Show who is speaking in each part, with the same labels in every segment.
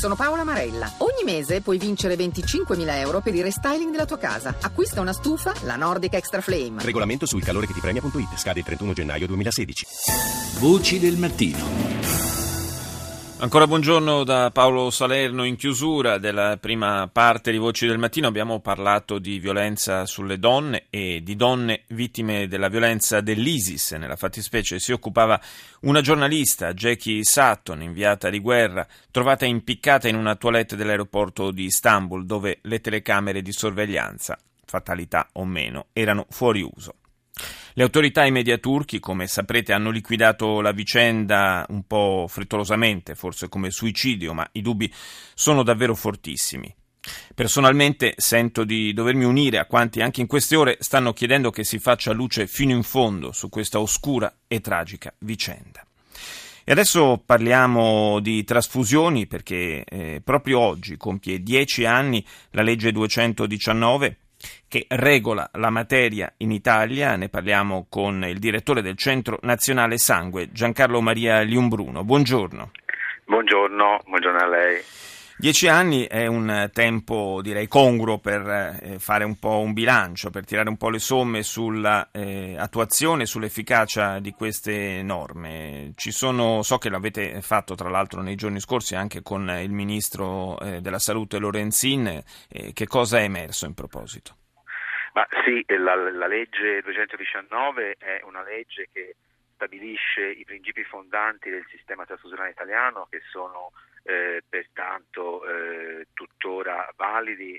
Speaker 1: sono Paola Marella. Ogni mese puoi vincere 25.000 euro per il restyling della tua casa. Acquista una stufa, la Nordic Extra Flame.
Speaker 2: Regolamento sul calore che ti premia.it. Scade il 31 gennaio 2016.
Speaker 3: Voci del mattino.
Speaker 4: Ancora buongiorno da Paolo Salerno. In chiusura della prima parte di Voci del Mattino abbiamo parlato di violenza sulle donne e di donne vittime della violenza dell'ISIS. Nella fattispecie si occupava una giornalista, Jackie Sutton, inviata di guerra, trovata impiccata in una toilette dell'aeroporto di Istanbul, dove le telecamere di sorveglianza, fatalità o meno, erano fuori uso. Le autorità e i media turchi, come saprete, hanno liquidato la vicenda un po' frettolosamente, forse come suicidio, ma i dubbi sono davvero fortissimi. Personalmente sento di dovermi unire a quanti anche in queste ore stanno chiedendo che si faccia luce fino in fondo su questa oscura e tragica vicenda. E adesso parliamo di trasfusioni perché proprio oggi compie 10 anni la legge 219 che regola la materia in Italia. Ne parliamo con il direttore del Centro Nazionale Sangue, Giancarlo Maria Liumbruno. Buongiorno.
Speaker 5: Buongiorno a lei.
Speaker 4: 10 anni è un tempo, direi, congruo per fare un po' un bilancio, per tirare un po' le somme sulla attuazione, sull'efficacia di queste norme. So che l'avete fatto tra l'altro nei giorni scorsi anche con il Ministro della Salute Lorenzin. Che cosa è emerso in proposito?
Speaker 5: Ma sì, la legge 219 è una legge che stabilisce i principi fondanti del sistema trasfusionale italiano, che sono pertanto tuttora validi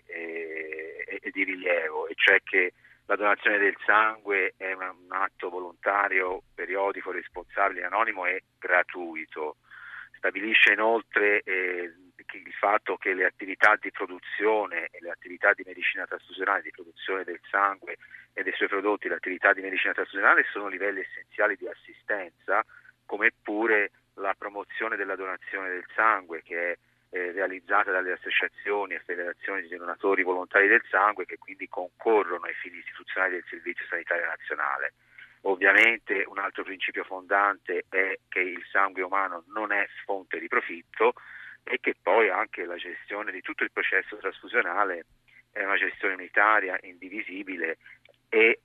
Speaker 5: e di rilievo, e cioè che la donazione del sangue è un atto volontario, periodico, responsabile, anonimo e gratuito. Stabilisce inoltre il fatto che le attività di produzione e le attività di medicina trasfusionale, di produzione del sangue e dei suoi prodotti, le attività di medicina trasfusionale sono livelli essenziali di assistenza, come pure la promozione della donazione del sangue, che è realizzata dalle associazioni e federazioni di donatori volontari del sangue, che quindi concorrono ai fini istituzionali del Servizio Sanitario Nazionale. Ovviamente un altro principio fondante è che il sangue umano non è fonte di profitto e che poi anche la gestione di tutto il processo trasfusionale è una gestione unitaria, indivisibile e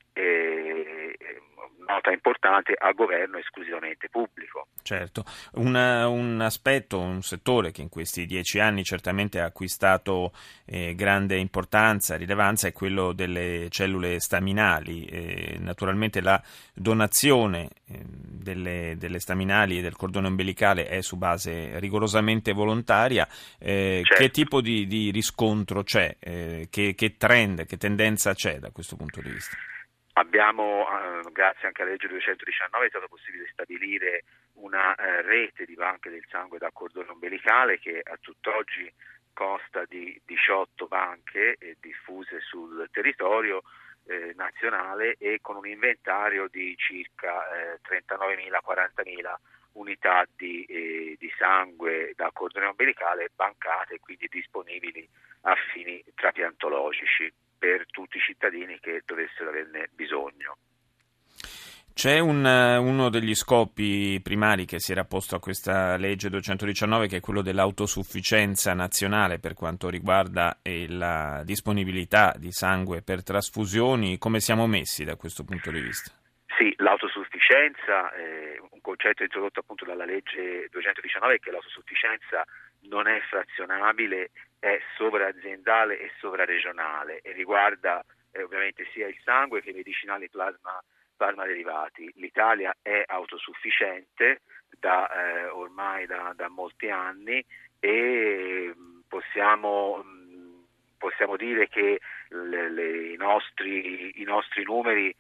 Speaker 5: nota importante, a governo esclusivamente pubblico.
Speaker 4: Certo, un aspetto, un settore che in questi 10 anni certamente ha acquistato grande importanza, rilevanza, è quello delle cellule staminali. Naturalmente la donazione delle staminali e del cordone ombelicale è su base rigorosamente volontaria.
Speaker 5: Certo.
Speaker 4: Che tipo di riscontro c'è? Che trend, che tendenza c'è da questo punto di vista?
Speaker 5: Abbiamo, grazie anche alla legge 219, è stato possibile stabilire una rete di banche del sangue da cordone ombelicale che a tutt'oggi consta di 18 banche diffuse sul territorio nazionale e con un inventario di circa 39.000-40.000 unità di sangue da cordone ombelicale bancate e quindi disponibili a fini trapiantologici per tutti i cittadini che dovessero averne bisogno.
Speaker 4: C'è uno degli scopi primari che si era posto a questa legge 219, che è quello dell'autosufficienza nazionale per quanto riguarda la disponibilità di sangue per trasfusioni. Come siamo messi da questo punto di vista?
Speaker 5: Sì, l'autosufficienza è un concetto introdotto appunto dalla legge 219, che l'autosufficienza non è frazionabile, è sovraaziendale e sovraregionale e riguarda ovviamente sia il sangue che i medicinali plasma derivati. L'Italia è autosufficiente ormai da molti anni e possiamo dire che i nostri numeri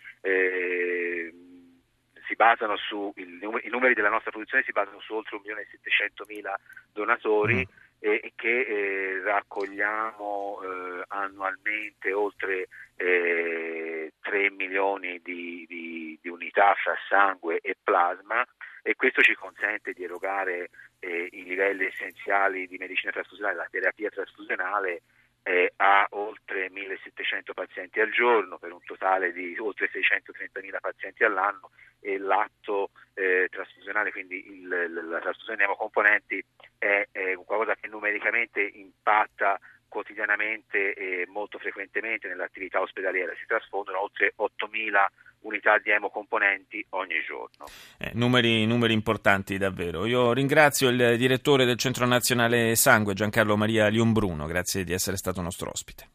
Speaker 5: si basano i numeri della nostra produzione si basano su oltre 1.700.000 donatori e che raccogliamo annualmente oltre 3 milioni di unità fra sangue e plasma, e questo ci consente di erogare i livelli essenziali di medicina trasfusionale, la terapia trasfusionale a oltre 1.700 pazienti al giorno, per un totale di oltre 630.000 pazienti all'anno, e l'atto trasfusionale, quindi la trasfusione di emocomponenti è qualcosa che numericamente impatta quotidianamente e molto frequentemente nell'attività ospedaliera. Si trasfondono oltre 8.000 unità di emocomponenti ogni giorno.
Speaker 4: Numeri importanti davvero. Io ringrazio il direttore del Centro Nazionale Sangue, Giancarlo Maria Liumbruno, grazie di essere stato nostro ospite.